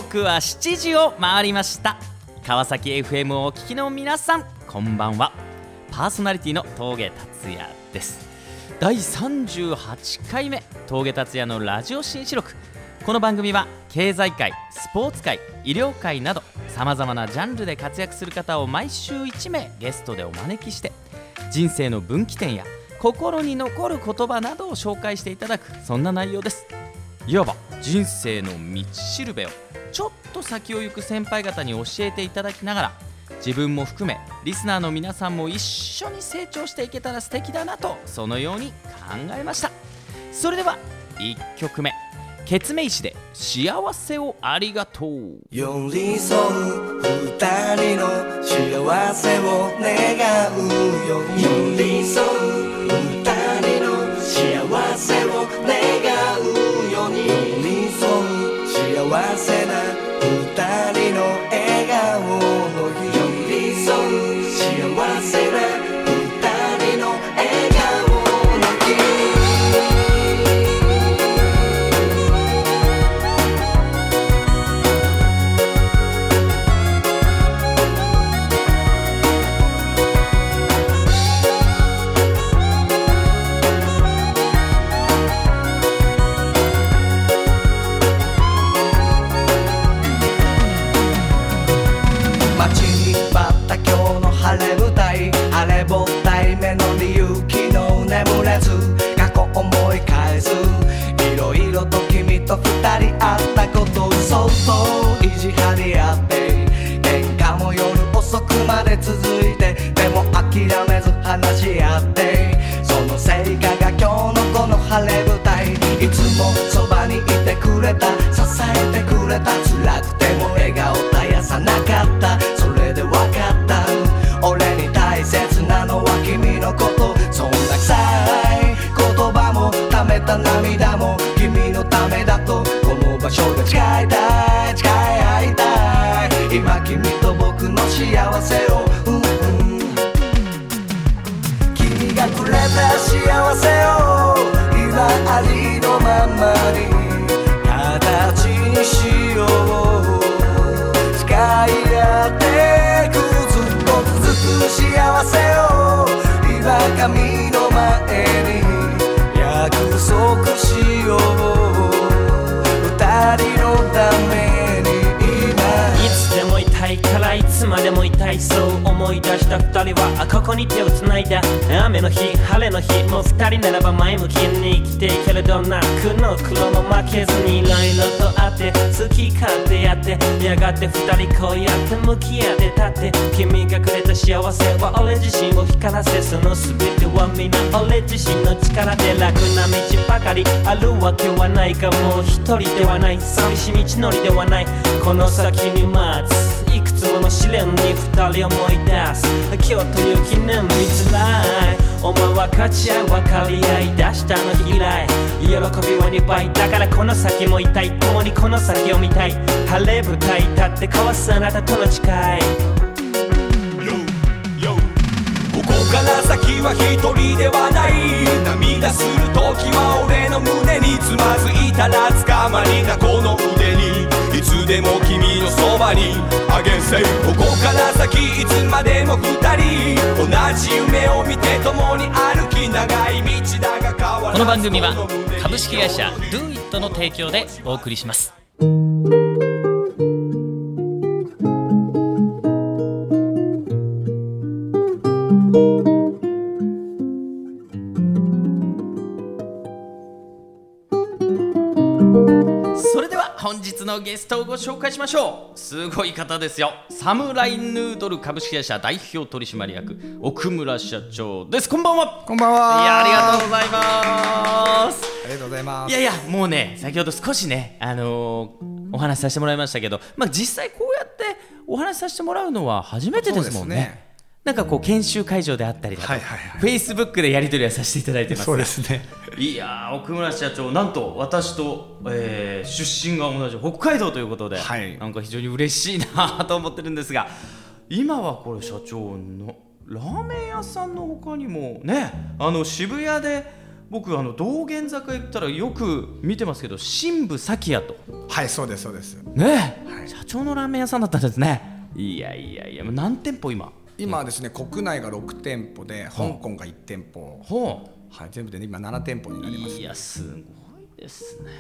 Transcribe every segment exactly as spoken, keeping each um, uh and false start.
刻はしちじを回りました。川崎 エフエム をお聞きの皆さん、こんばんは。パーソナリティの峠達也です。だいさんじゅうはちかいめ峠達也のラジオ新四録。この番組は経済界、スポーツ界、医療界などさまざまなジャンルで活躍する方を毎週いちめいゲストでお招きして、人生の分岐点や心に残る言葉などを紹介していただく、そんな内容です。いわば人生の道しるべをちょっと先を行く先輩方に教えていただきながら、自分も含めリスナーの皆さんも一緒に成長していけたら素敵だなと、そのように考えました。それではいっきょくめ、ケツメイシで幸せをありがとう。 寄り添う二人の幸せを願うよ。寄り添う二人の幸せを願うように。寄り添う幸せな二人の笑顔の日。寄り添う幸せな二人の笑顔の日。続いて、でも諦めず話し合って、その成果が今日のこの晴れ舞台。いつもそばにいてくれた、支えてくれた。辛くても笑顔絶やさなかった。それで分かった、俺に大切なのは君のこと。そんな臭い言葉も溜めた涙も君のためだと、この場所で誓いたい、誓い合いたい。今君と僕の幸せを、うんうん、君がくれた幸せを今ありのままに形にしよう。誓い合ってく、ずっと続く幸せを今神の前に約束しよう。二人のためいからいつまでもいたい、そう思い出した二人はここに手をつないだ。雨の日、晴れの日、もう二人ならば前向きに生きていける。どんな苦の苦労も負けずにいろいろとあって、好き勝手やって、やがて二人こうやって向き合って立って、君がくれた幸せは俺自身を光らせ、その全ては皆俺自身の力で。楽な道ばかりあるわけはないが、もう一人ではない、寂しい道のりではない。この先に待ついくつもの試練に二人思い出す、今日という記念日つらい。お前分かち合い分かり合い出したの日以来、喜びはにばいだからこの先もいたい。共にこの先を見たい。晴れ舞台立って交わすあなたとの誓い。 ここから先は一人ではない。涙する時は俺の胸につまずいたら捕まりなこの腕に、いつでも君のそばにあげんせい。ここから先いつまでも二人同じ夢を見て共に歩き、長い道だが変わらず。 この番組は株式会社 DoIt の提供でお送りします。本日のゲストをご紹介しましょう。すごい方ですよ。サムライヌードル株式会社代表取締役奥村社長です。こんばんは。 こんばんは。 いや、ありがとうございます。 ありがとうございます。 いやいや、もうね、先ほど少しね、あのー、お話しさせてもらいましたけど、まあ、実際こうやってお話しさせてもらうのは初めてですもんね。なんかこう研修会場であったりだとか、はいはいはい、Facebook でやり取りはさせていただいてます。 そうですね。 いやー、奥村社長、なんと私と、えー、出身が同じ北海道ということで、はい、なんか非常に嬉しいなと思ってるんですが、今はこれ社長のラーメン屋さんの他にもね、あの渋谷で僕あの道玄坂行ったらよく見てますけど、新部咲屋と。 はい、そうですそうです。 ねえ、 はい、 社長のラーメン屋さんだったんですね。いやいやいや、何店舗今？ 今はですね、国内がろくてんぽで香港がいち店舗、 ほう、 はい、全部で、ね、今なな店舗になります、ね。 いやすごいですね。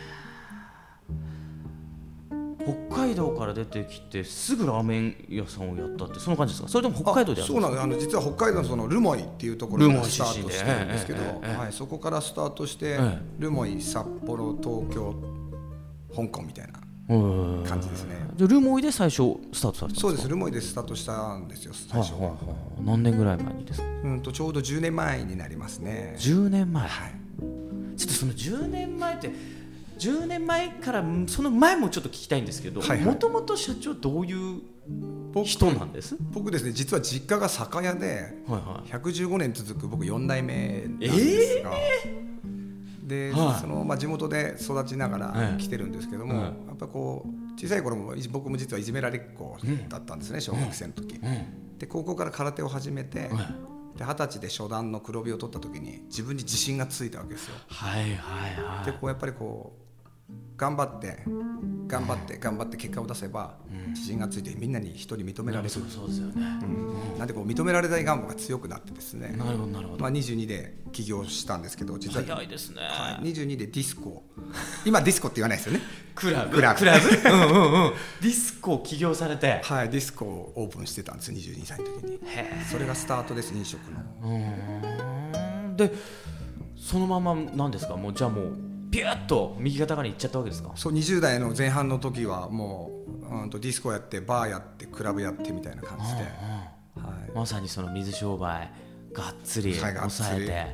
北海道から出てきてすぐラーメン屋さんをやったって、その感じですか？それとも北海道でやったんですか？ そうなんです。あの実は北海道のそのルモイっていうところからスタートしてるんですけど、 ええええはい、そこからスタートして、 ええ、 ルモイ、札幌、東京、香港みたいな感じですね。 でルモイで最初スタートされたんですか？ そうです。ルモイでスタートしたんですよ、最初は。はあはあはあ、何年ぐらい前にですか？ うんとちょうどじゅうねんまえになりますね。 じゅうねんまえ、 はい、 ちょっとそのじゅうねんまえってじゅうねんまえからその前もちょっと聞きたいんですけど、もともと社長どういう人なんです？ 僕ですね、実は実家が酒屋で、はいはい、ひゃくじゅうごねん続く僕よん代目なんですが、えー、で、はい、そのまあ、地元で育ちながら来てるんですけども、はい、やっぱこう小さい頃も僕も実はいじめられっ子だったんですね、うん、小学生の時、うん、で高校から空手を始めて、うん、で二十歳で初段の黒帯を取った時に自分に自信がついたわけですよ。 はいはいはい。 でこうやっぱりこう頑張って頑張って頑張って結果を出せば、うん、自信がついてみんなに人に認められる。 そうそうですよね、 うん、なんでこう認められたい願望が強くなってですね。 なるほどなるほど。 まあ、にじゅうにで起業したんですけど、実は早いですね、 はい、にじゅうにでディスコ今ディスコって言わないですよね。 クラブクラブクラブうんうん、うん、ディスコを起業されて、 はい、ディスコをオープンしてたんです、にじゅうにさいの時に。それがスタートです、飲食の。 うーん、でそのままなんですか、もうじゃあもうピュッと右肩上がりにいっちゃったわけですか？ そう、にじゅう代の前半の時はもう、うん、とディスコやってバーやってクラブやってみたいな感じで、 うんうん、はい、まさにその水商売がっつり抑えて、はい、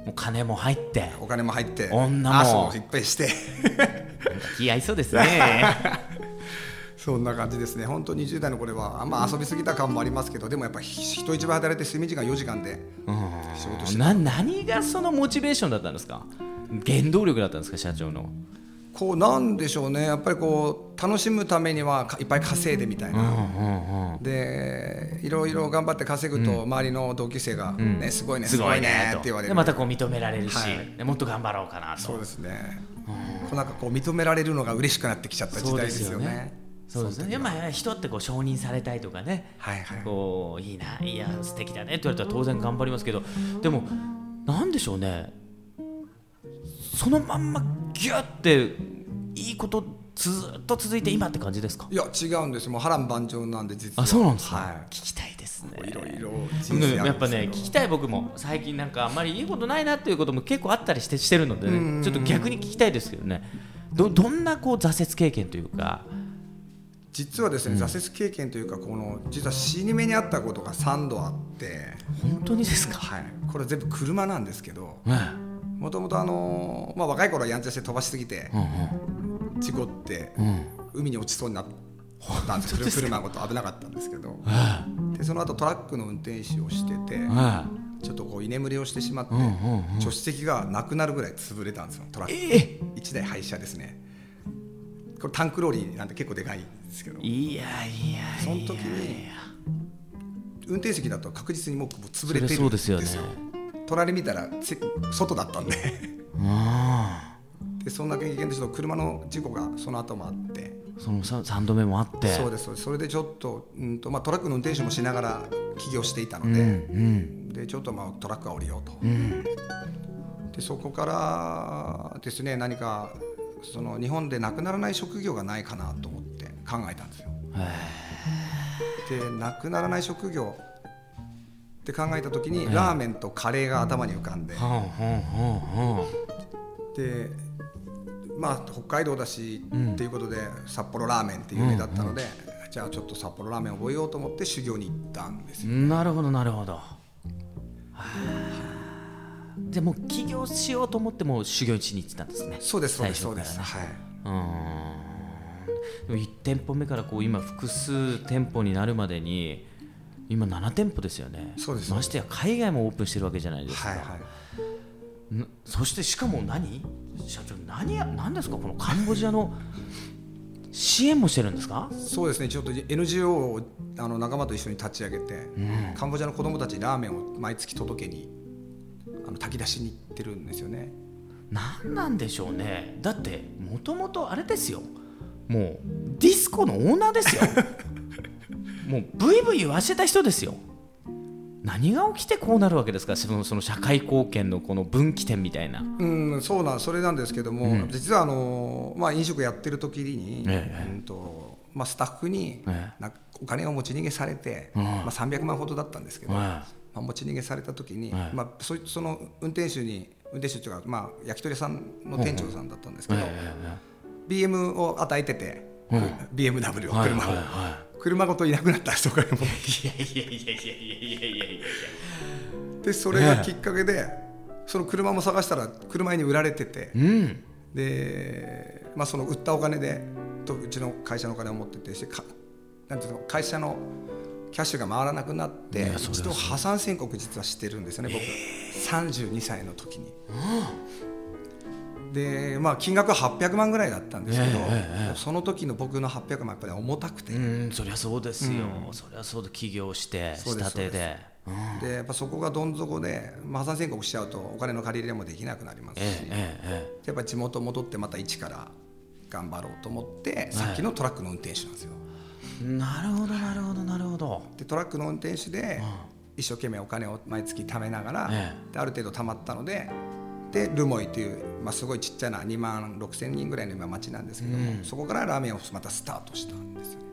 もう金も入ってお金も入って女も汗もいっぱいして気合いそうですねそんな感じですね。本当ににじゅう代の頃はあんま遊びすぎた感もありますけど、でもやっぱ人一倍働いて睡眠時間よじかんで仕事してた。 な何がそのモチベーションだったんですか？原動力だったんですか、社長の。 こうなんでしょうね、やっぱりこう楽しむためにはいっぱい稼いでみたいな、うんうんうん、でいろいろ頑張って稼ぐと周りの同級生が、ね、うん、すごいねすごいねって言われる。 でまたこう認められるし、はい、もっと頑張ろうかなと。 そうですね、うん、こうなんかこう認められるのが嬉しくなってきちゃった時代ですよね。 そうですね。まあ、人ってこう承認されたいとかね、はいはい、こういいな、いや素敵だねって言われたら当然頑張りますけど、でもなんでしょうね、そのまんまギュッていいことずっと続いて今って感じですか？ いや違うんです。もう波乱万丈なんで実は。 あ、そうなんですか、はい、聞きたいですね。 いろいろ人生やっぱね聞きたい。僕も最近なんかあんまりいいことないなっていうことも結構あったりしてしてるのでね、ちょっと逆に聞きたいですけどね。ど, どんなこう挫折経験というか。 実はですね、うん、挫折経験というかこの実は死に目にあったことがさんどあって。 本当にですか？ はい、これ全部車なんですけど、もともとあの、まあ、若い頃はやんちゃして飛ばしすぎて、うんうん、事故って、うん、海に落ちそうになったんですけど、車ごと危なかったんですけど、でその後トラックの運転手をしてて、ちょっとこう居眠りをしてしまって、うんうんうん、助手席がなくなるぐらい潰れたんですよ。トラック、えー、いちだい廃車ですね。これタンクローリーなんて結構でかいんですけど、 いやいやその時に運転席だと確実にもう潰れてるんですよ。そうですよね。隣見たら外だったんであでそんな経験でちょっと車の事故がその後もあって、 そのさんどめもあって、 そうです。それでちょっと、うんとまあ、トラックの運転手もしながら起業していたので、うんうん、でちょっとまあトラックは降りようと、うん、でそこからですね、何かその日本でなくならない職業がないかなと思って考えたんですよ。でなくならない職業って考えた時にラーメンとカレーが頭に浮かんで、でまあ北海道だしっていうことで札幌ラーメンって有名だったので、じゃあちょっと札幌ラーメンを覚えようと思って修行に行ったんですよ。 なるほどなるほど。でも起業しようと思っても修行しに行ってたんですね。 そうですそうですそうです、はい、 うーん。でもいち店舗目からこう今複数店舗になるまでに今なな店舗ですよね。 そうです。 ましてや海外もオープンしてるわけじゃないですか、はいはい、そしてしかも何社長 何, や何ですかこのカンボジアの支援もしてるんですか？ そうですね、ちょっと エヌジーオー をあの仲間と一緒に立ち上げて、うん、カンボジアの子どもたちにラーメンを毎月届けにあの炊き出しに行ってるんですよね。 何なんでしょうね。だってもともとあれですよ、もうディスコのオーナーですよもうブイブイ言わせた人ですよ。何が起きてこうなるわけですか、その、その社会貢献のこの分岐点みたいな。 うん、そうなんそれなんですけども、うん、実はあの、まあ、飲食やってる時に、ええうんとまあ、スタッフに、ええ、お金を持ち逃げされて、うんまあ、さんびゃくまんほどだったんですけど、ええまあ、持ち逃げされた時に、ええまあ、そ, その運転手に運転手というか、まあ、焼き鳥屋さんの店長さんだったんですけど、ええ、ビーエム を与えてて、うん、ビーエムダブリュー を車を、はいはいはい、車ごといなくなった人がいやいやいやいやいやいやいやいやいやでそれがきっかけで、ええ、その車も探したら車に売られてて、うん、で、まあ、その売ったお金でとうちの会社のお金を持っててしてかなんていうの会社のキャッシュが回らなくなって一度破産宣告実はしてるんですよね、僕、えー、さんじゅうにさいの時に、うん、で、まあ、金額ははっぴゃくまんぐらいだったんですけど、えー、その時の僕のはっぴゃくまんやっぱり重たくて、 うんそりゃそうですよ、うん、そりゃそうで起業して下手ででやっぱそこがどん底で、まあ、破産宣告しちゃうとお金の借り入れもできなくなりますし、ええええ、やっぱり地元戻ってまた一から頑張ろうと思って、さっきのトラックの運転手なんですよ。 なるほどなるほどなるほど。 でトラックの運転手で一生懸命お金を毎月貯めながら、ええ、である程度貯まったのででルモイという、まあ、すごいちっちゃなにまんろくせんにんぐらいの今町なんですけども、うん、そこからラーメンをまたスタートしたんですよね、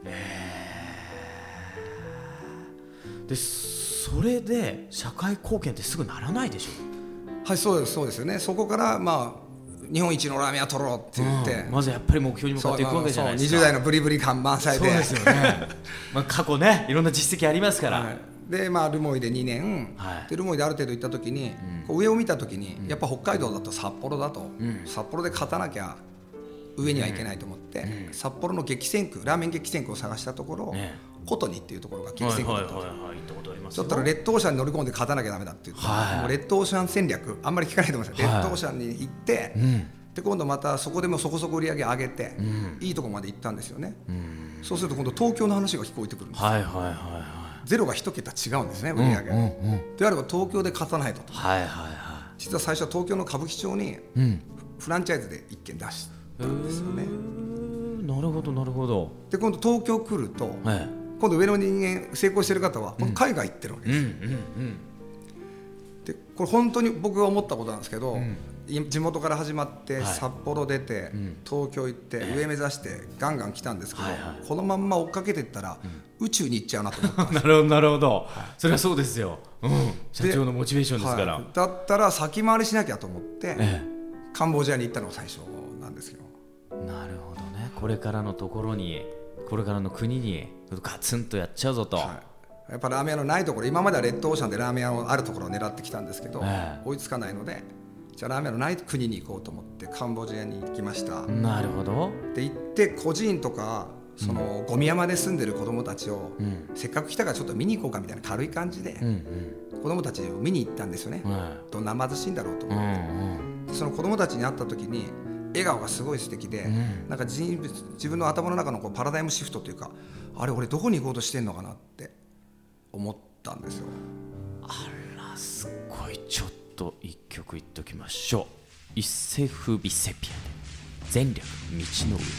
えー、でそれで社会貢献ってすぐならないでしょ。 はいそうですそうですよね。そこからまあ日本一のラーメン屋取ろうって言って、 うん、まずやっぱり目標に向かっていくわけじゃないですか。 にじゅう代のブリブリ感満載でそうですよねまあ過去ねいろんな実績ありますから、はい、 でまあルモイでにねん、はい、でルモイである程度行った時に、うん、こう上を見た時に、うん、やっぱ北海道だと札幌だと、うん、札幌で勝たなきゃ上にはいけないと思って、うん、札幌の激戦区ラーメン激戦区を探したところ、ね、コトニっていうところが激戦区だったんですよ。ちょっとレッドオーシャンに乗り込んで勝たなきゃダメだって言って、はい、もうレッドオーシャン戦略あんまり聞かないと思いますよ、はい、レッドオーシャンに行って、うん、で今度またそこでもそこそこ売り上げ上げて、うん、いいとこまで行ったんですよね、うん、そうすると今度東京の話が聞こえてくるんですよ、はいはいはいはい、ゼロが一桁違うんですね売り上げ、うんうんうん、であれば東京で勝たないとと、はいはいはい、実は最初は東京の歌舞伎町にフランチャイズで一軒出したんですよね、 うん、なるほどなるほど。 で今度東京来ると、はい今度上の人間成功してる方は海外行ってるわけです、うんうんうんうん、でこれ本当に僕が思ったことなんですけど、うん、地元から始まって札幌出て、はい、東京行って上目指してガンガン来たんですけど、はいはい、このまんま追っかけていったら、うん、宇宙に行っちゃうなと思ったなるほどなるほど、はい、それはそうですよ、うん、社長のモチベーションですから、はい、 だったら先回りしなきゃと思って、ええ、カンボジアに行ったのが最初なんですよ。 なるほどね。これからのところにこれからの国にガツンとやっちゃうぞと、はい、やっぱラーメン屋のないところ今まではレッドオーシャンでラーメン屋のあるところを狙ってきたんですけど、えー、追いつかないのでじゃあラーメン屋のない国に行こうと思ってカンボジアに行きました。 なるほど。 で行って孤児院とかそのゴミ山で住んでる子どもたちを、うん、せっかく来たからちょっと見に行こうかみたいな軽い感じで、うんうん、子どもたちを見に行ったんですよね、うん、どんな貧しいんだろうと思って、うんうん、その子どもたちに会った時に笑顔がすごい素敵で、うん、なんか 自, 自分の頭の中のこうパラダイムシフトというかあれ俺どこに行こうとしてんのかなって思ったんですよ。 あらすごい。ちょっと一曲言っときましょう。一世風靡セピアで前略道の上。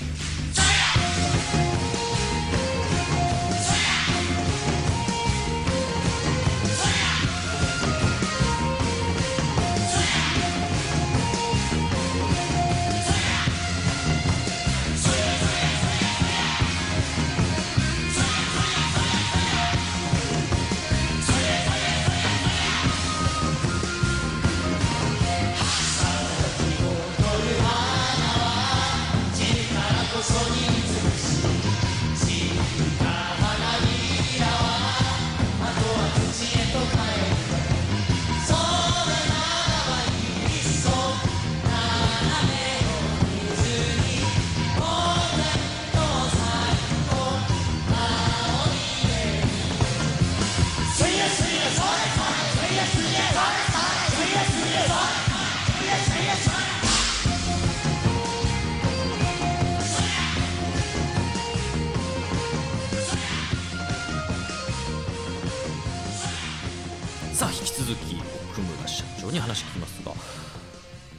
さあ引き続き奥村社長に話聞きますが、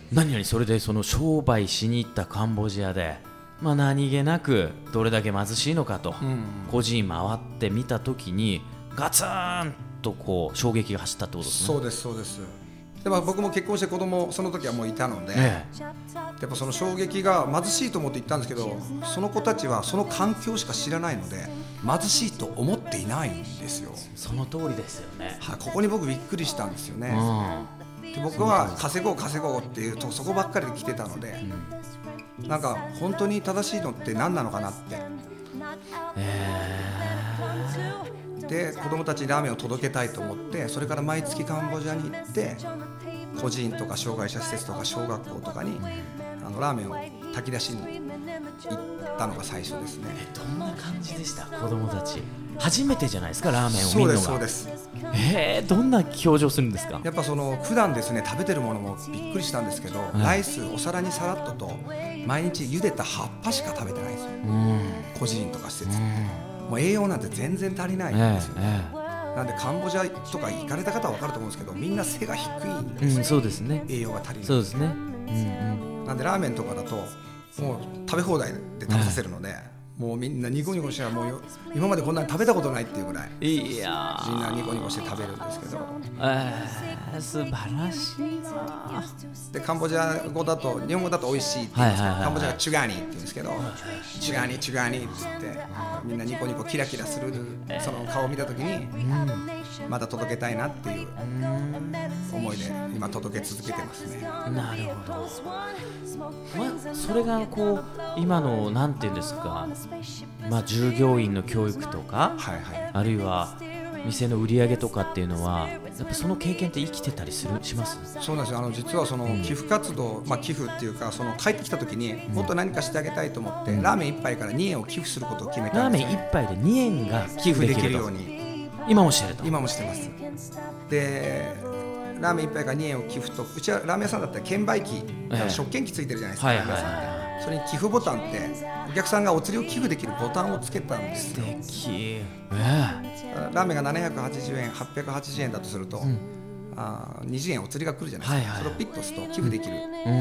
何々それでその商売しに行ったカンボジアで、まあ、何気なくどれだけ貧しいのかと、うん、個人回ってみたときにガツンとこう衝撃が走ったってことですね。 そうですそうです。でも僕も結婚して子供その時はもういたので、ええ、やっぱその衝撃が貧しいと思って行ったんですけど、その子たちはその環境しか知らないので貧しいと思っていないんですよ。 その通りですよね。 はここに僕びっくりしたんですよね、うん、で僕は稼ごう稼ごうっていうとそこばっかりで来てたので、うん、なんか本当に正しいのって何なのかなって、えー、で子供たちにラーメンを届けたいと思って、それから毎月カンボジアに行って個人とか障害者施設とか小学校とかに、うん、あのラーメンを炊き出しに行ったのが最初ですね。 えどんな感じでした？子供たち初めてじゃないですか、ラーメンを見るのが。 そうですそうです。 えー、どんな表情するんですか？ やっぱその普段ですね食べてるものもびっくりしたんですけど、はい、ライスお皿にさらっとと毎日茹でた葉っぱしか食べてないんですよ、うん、個人とか施設、うん、もう栄養なんて全然足りないんですよね、えーえー、なんでカンボジアとか行かれた方は分かると思うんですけど、みんな背が低いんですよ、うん、 そうですね、 栄養が足りない。 そうですね、うんうん、 なんでラーメンとかだともう食べ放題で食べさせるので、もうみんなニコニコしてもう今までこんなに食べたことないっていうぐらい、いやみんなニコニコして食べるんですけど、 えー、素晴らしいな。 でカンボジア語だと日本語だと美味しいって言うんですけど、はいはいはいはい、カンボジアがチュガーニーって言うんですけど、チュガーニーチュガーニーって言ってみんなニコニコキラキラするその顔を見たときに、うん、まだ届けたいなっていう思いで今届け続けてますね。 なるほど、ま、それがこう今のなんていうんですか、まあ、従業員の教育とか、はいはい、あるいは店の売り上げとかっていうのはやっぱその経験って生きてたりするします？ そうなんですよ。あの実はその寄付活動、まあ、寄付っていうかその帰ってきた時にもっと何かしてあげたいと思って、うん、ラーメン一杯からにえんを寄付することを決めたんですよ、ね、 ラーメン一杯でにえんが寄付できるように今もしてると。 今もしてます。でラーメン一杯からにえんを寄付と、うちはラーメン屋さんだったら券売機、えー、食券機ついてるじゃないですか、はいはいはい、それに寄付ボタンってお客さんがお釣りを寄付できるボタンをつけたんですよ。 素敵、えー、ラーメンがななひゃくはちじゅうえんはっぴゃくはちじゅうえんだとすると、うん、あにじゅうえんお釣りが来るじゃないですか、はいはい、それをピッと押すと寄付できる、 うん、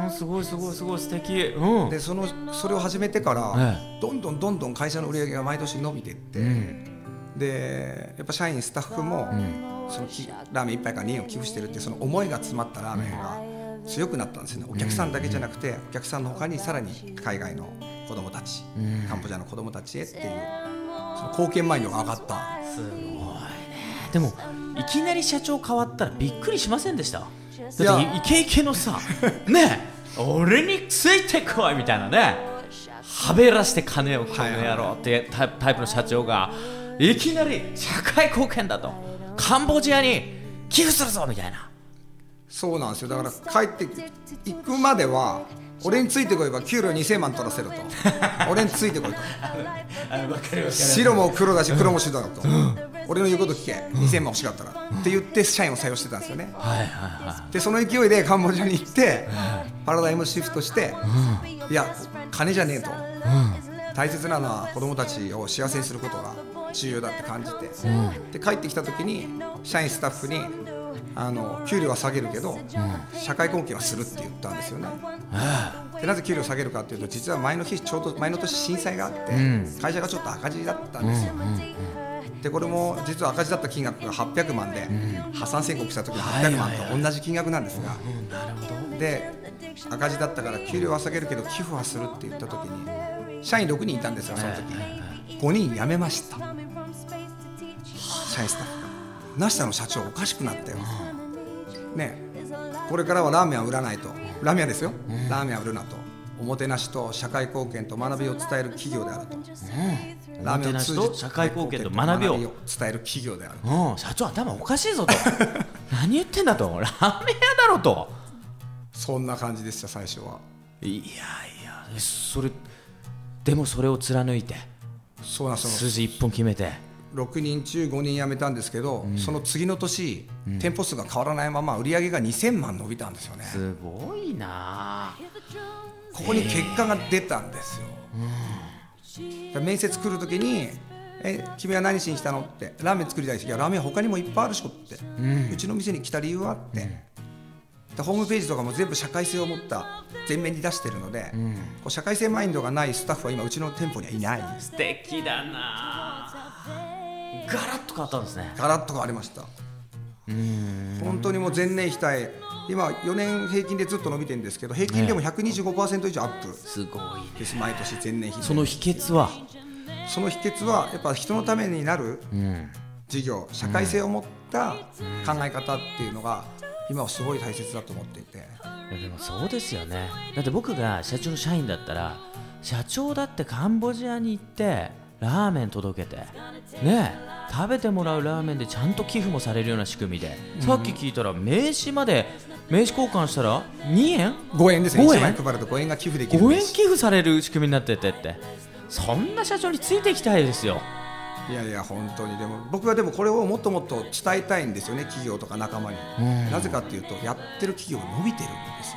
うんすごいすごいすごい素敵、うん、 で そ, のそれを始めてから、えー、どんどんどんどん会社の売り上げが毎年伸びていって、うん、でやっぱ社員スタッフも、うんそのラーメン一杯からにえんを寄付してるっていうその思いが詰まったラーメンが強くなったんですよね。お客さんだけじゃなくてお客さんの他にさらに海外の子どもたち、カンボジアの子どもたちへっていうその貢献マインドが上がった。 すごいね。でもいきなり社長変わったらびっくりしませんでした？だってイケイケのさね俺についてこいみたいなね、はべらして金をこの野郎ってタイプの社長がいきなり社会貢献だとカンボジアに寄付するぞみたいな。 そうなんですよ。だから帰って行くまでは俺についてこいば給料にせんまん取らせると俺についてこいと白も黒だし黒も白だと、うん、俺の言うこと聞け、うん、にせんまん欲しかったら、うん、って言って社員を採用してたんですよね、はいはいはい、でその勢いでカンボジアに行って、うん、パラダイムシフトして、うん、いや金じゃねえと、うん、大切なのは子供たちを幸せにすることが重要だって感じて、うん、で帰ってきた時に社員スタッフにあの給料は下げるけど、うん、社会貢献はするって言ったんですよね、うん、でなぜ給料下げるかっていうと実は前の日ちょうど前の年震災があって、うん、会社がちょっと赤字だったんですよ、うんうんうん、でこれも実は赤字だった金額がはっぴゃくまんで、うん、破産宣告した時のはっぴゃくまんと同じ金額なんですが、で赤字だったから給料は下げるけど寄付はするって言った時に社員ろくにんいたんですよ。その時ごにん辞めました。社員スタッフなしたの社長おかしくなったよ、ね、これからはラーメンは売らないと、ラーメン屋ですよ、うん、ラーメンは売るなと、おもてなしと社会貢献と学びを伝える企業であると、うん、ラーメンを通じて社会貢献と学びを伝える企業であると、 うん、社長頭おかしいぞと何言ってんだと、ラーメン屋だろと、 そんな感じでした最初は。 いやいやそれでもそれを貫いてそうなんですよ。 筋一本決めてろくにん中ごにん辞めたんですけど、うん、その次の年、うん、店舗数が変わらないまま売り上げがにせんまん伸びたんですよね。 すごいな。 ここに結果が出たんですよ、えー、面接来るときにえ君は何しに来たのって、ラーメン作りたいです。いやラーメン他にもいっぱいあるしょって、うん、うちの店に来た理由はって、 でホームページとかも全部社会性を持った前面に出してるので、うん、こう社会性マインドがないスタッフは今うちの店舗にはいない。 素敵だな。ガラッと変わったんですね。 ガラッと変わりました。うーん、本当にもう前年比対、今よねん平均でずっと伸びてるんですけど、平均でも ひゃくにじゅうごパーセント 以上アップ、 すごいです、 ね、毎年前年比。 その秘訣はその秘訣はやっぱ人のためになる事業、うん、社会性を持った考え方っていうのが今はすごい大切だと思っていて。 いやでもそうですよね。だって僕が社長の社員だったら、社長だってカンボジアに行ってラーメン届けてねえ、食べてもらうラーメンでちゃんと寄付もされるような仕組みで、うん、さっき聞いたら名刺まで名刺交換したらにえんごえんですね。いちまい配るとごえんが寄付できる。 ごえん寄付される仕組みになっててって、そんな社長についていきたいですよ。 いやいや本当に。でも僕はでもこれをもっともっと伝えたいんですよね、企業とか仲間に、うん、なぜかっていうとやってる企業が伸びてるんですよ。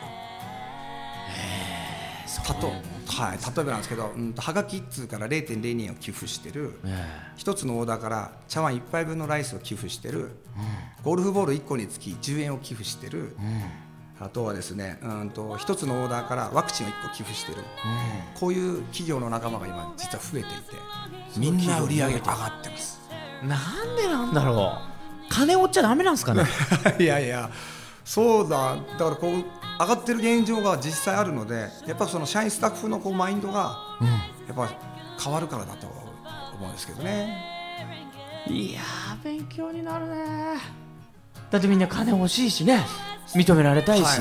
へー、そうたとはい、例えばなんですけど、うん、はがきいっつうから れいてんれいにえんを寄付してる、ひとつのオーダーから茶碗いっぱいぶんのライスを寄付してる、うん、ゴルフボールいっこにつきじゅうえんを寄付してる、うん、あとはですね、うんとひとつのオーダーからワクチンをいっこ寄付してる、うん、こういう企業の仲間が今実は増えていて、みんな売り上げ上がってます。 なんでなんだろう。金追っちゃダメなんですかね。 いやいや、そうだ、だからこう上がってる現状が実際あるので、やっぱその社員スタッフのこうマインドがやっぱ変わるからだと思うんですけどね。 いやー勉強になるね。だってみんな金欲しいしね、認められたいし、はい、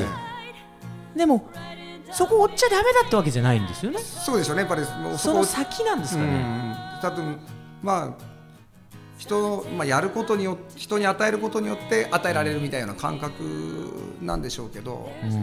でもそこ追っちゃダメだってわけじゃないんですよね。 そうでしょうね。やっぱりもう そ, その先なんですかね。うん、 多分まあ人の、まあ、やることによって人に与えることによって与えられるみたいな感覚なんでしょうけど、うん、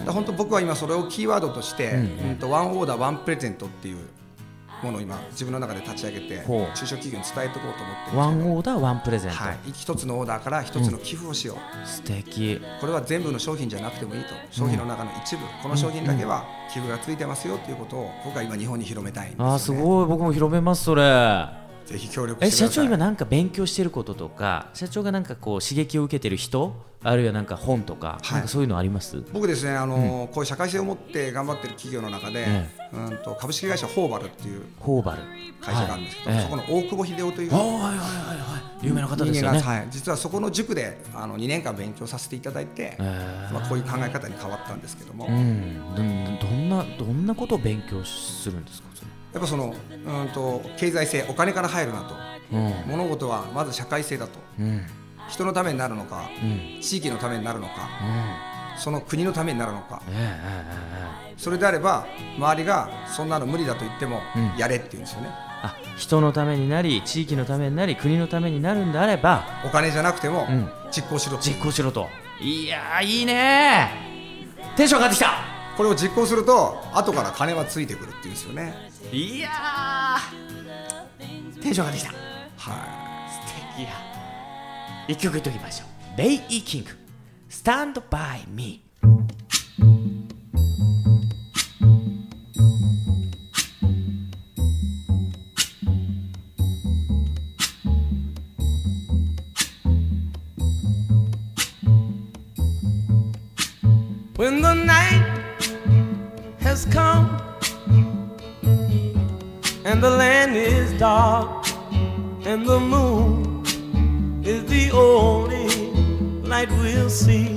だ本当僕は今それをキーワードとして、うんうん、とワンオーダーワンプレゼントっていうものを今自分の中で立ち上げて中小企業に伝えていこうと思ってるんですけど、 ワンオーダーワンプレゼント、 はい、一つのオーダーから一つの寄付をしよう、 うん、素敵。 これは全部の商品じゃなくてもいいと、商品の中の一部、うん、この商品だけは寄付がついてますよっていうことを僕は今日本に広めたいんですよね。 あ、すごい。僕も広めますそれ。 ぜひ協力してください。 え、社長今なんか勉強してることとか、社長がなんかこう刺激を受けてる人、あるいはなんか本とか、はい、なんかそういうのあります？ 僕ですね、あのーうん、こういう社会性を持って頑張ってる企業の中で、ええ、うんと株式会社ホーバルっていう会社があるんですけど、はい、そこの大久保秀夫という、 はいはいはいはい、有名な方ですよね。 はい、実はそこの塾であのにねんかん勉強させていただいて、えーまあ、こういう考え方に変わったんですけども、うん、 どんなどんなことを勉強するんですか？それやっぱそのうんと経済性、お金から入るなと、うん、物事はまず社会性だと、うん、人のためになるのか、うん、地域のためになるのか、うん、その国のためになるのか、うん、それであれば周りがそんなの無理だと言ってもやれって言うんですよね。 あ、人のためになり地域のためになり国のためになるんであればお金じゃなくても実行しろと、 実行しろと。いやーいいねー、テンション上がってきた。 これを実行すると後から金はついてくるって言うんですよね。 いやーテンション上がってきた。はい、素敵や。一曲いっときましょう。ベイ・イ・キング Stand by me。 When the night has come and the land is dark and the moon is the only light we'll see,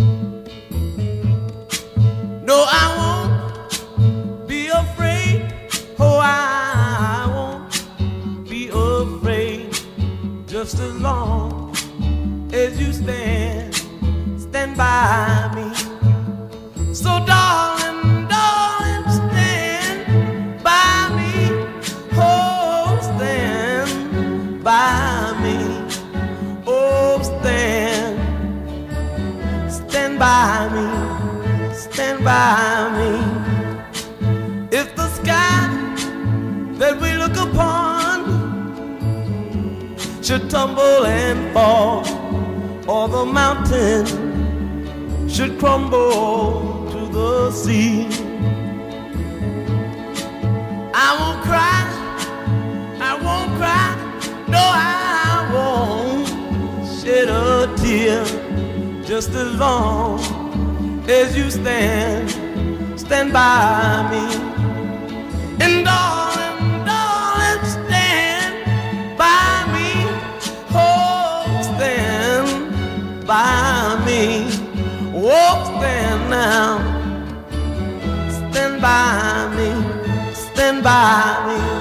no, I won't be afraid. Oh, I won't be afraid, just as long as you stand, stand by me. So darling, darling, stand by me. Oh, stand by me. Oh, stand, stand by me, stand by me. If the sky that we look upon should tumble and fall, or the mountain should crumble the sea, I won't cry, I won't cry, no, I won't shed a tear, just as long as you stand, stand by me. And darling, darling, stand by me. Oh, stand by me. Oh, stand now. Stand by me. Stand by me.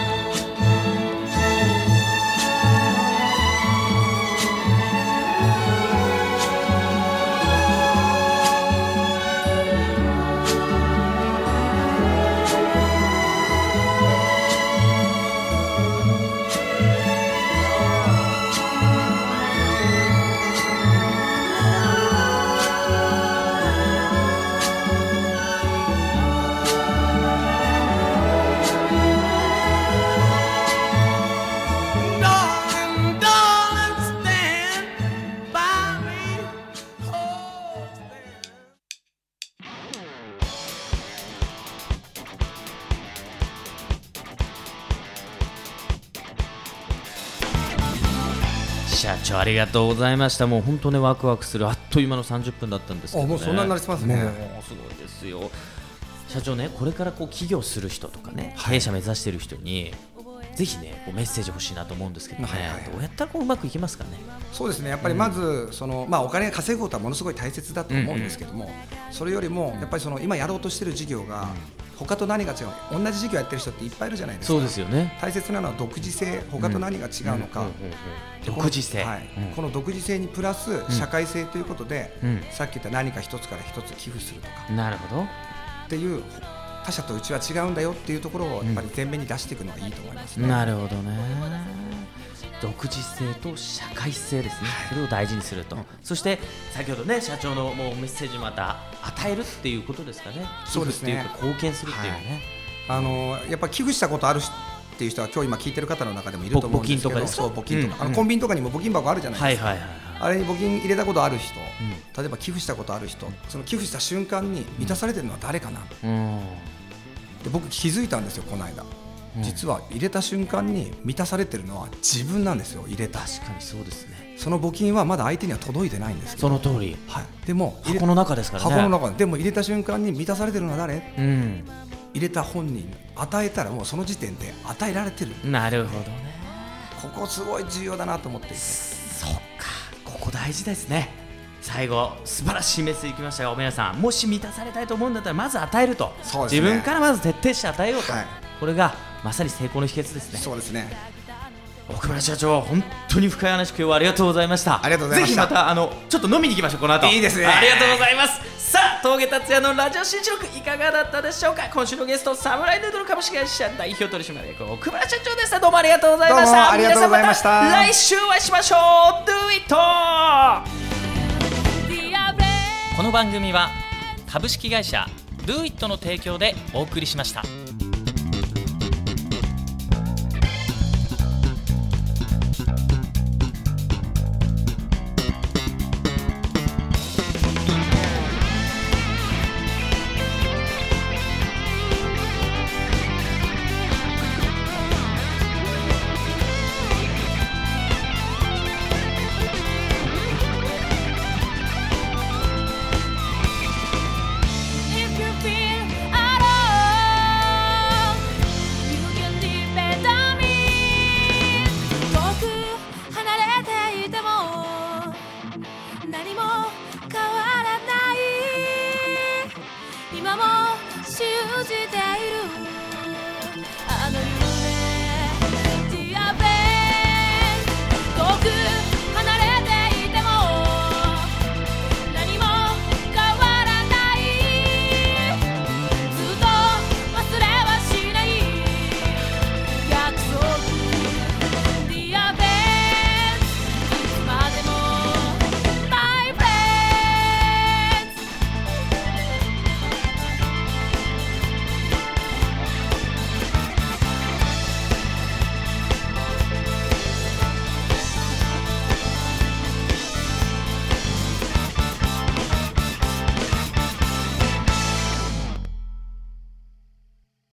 社長ありがとうございました。もう本当ねワクワクするあっという間のさんじゅっぷんだったんですけどね。 あもうそんなになりますね。 もうすごいですよ。社長ねこれからこう起業する人とかね、経営者目指している人にぜひねこうメッセージ欲しいなと思うんですけどね、はいはい、どうやったらこううまくいきますかね。 そうですねやっぱりまず、うんそのまあ、お金が稼ぐことはものすごい大切だと思うんですけども、うんうん、それよりもやっぱりその今やろうとしている事業が他と何が違う、同じ事業やってる人っていっぱいいるじゃないですか。 そうですよね。 大切なのは独自性、他と何が違うのか、 独自性、 はいうん、この独自性にプラス社会性ということで、うん、さっき言った何か一つから一つ寄付するとか、 なるほどっていう他者とうちは違うんだよっていうところをやっぱり前面に出していくのがいいと思いますね、 うん、なるほどね。独自性と社会性ですね、はい、それを大事にすると、うん、そして先ほどね社長のもうメッセージまた与えるっていうことですかね。 そうですね。 寄付っていうか貢献するっていうね、 はい、あのやっぱ寄付したことあるっていう人は今日今聞いてる方の中でもいると思うんですけど、 募金とかですか。 そう募金とか、 うん、 あのコンビニとかにも募金箱あるじゃないですか、 はいはいはいはい、 あれに募金入れたことある人、 うん、 例えば寄付したことある人、その寄付した瞬間に満たされてるのは誰かな、うん、で僕気づいたんですよこの間、うん、実は入れた瞬間に満たされてるのは自分なんですよ。入れた確かにそうですね。 その募金はまだ相手には届いてないんですけど、 その通り、 はい、でも箱の中ですからね。 箱の中でも入れた瞬間に満たされてるのは誰、うん、入れた本人。与えたらもうその時点で与えられてる。 なるほどね。 ここすごい重要だなと思っていて。 そっかここ大事ですね。最後素晴らしいメッセージきましたが皆さんもし満たされたいと思うんだったらまず与えると、そうですね、自分からまず徹底して与えようと、はい、これがまさに成功の秘訣ですね。 そうですね。 奥村社長本当に深い話今日はありがとうございました。 ありがとうございました。 ぜひまたあのちょっと飲みに行きましょうこの後。 いいですね。 ありがとうございます。さあ峠達也のラジオ新記録いかがだったでしょうか。今週のゲストサムライヌードル株式会社代表取締役奥村社長でした。どうもありがとうございました。 どうもありがとうございました。 皆さんまた来週お会いしましょう。 Do it。 この番組は株式会社 Do it の提供でお送りしました。 今も信じて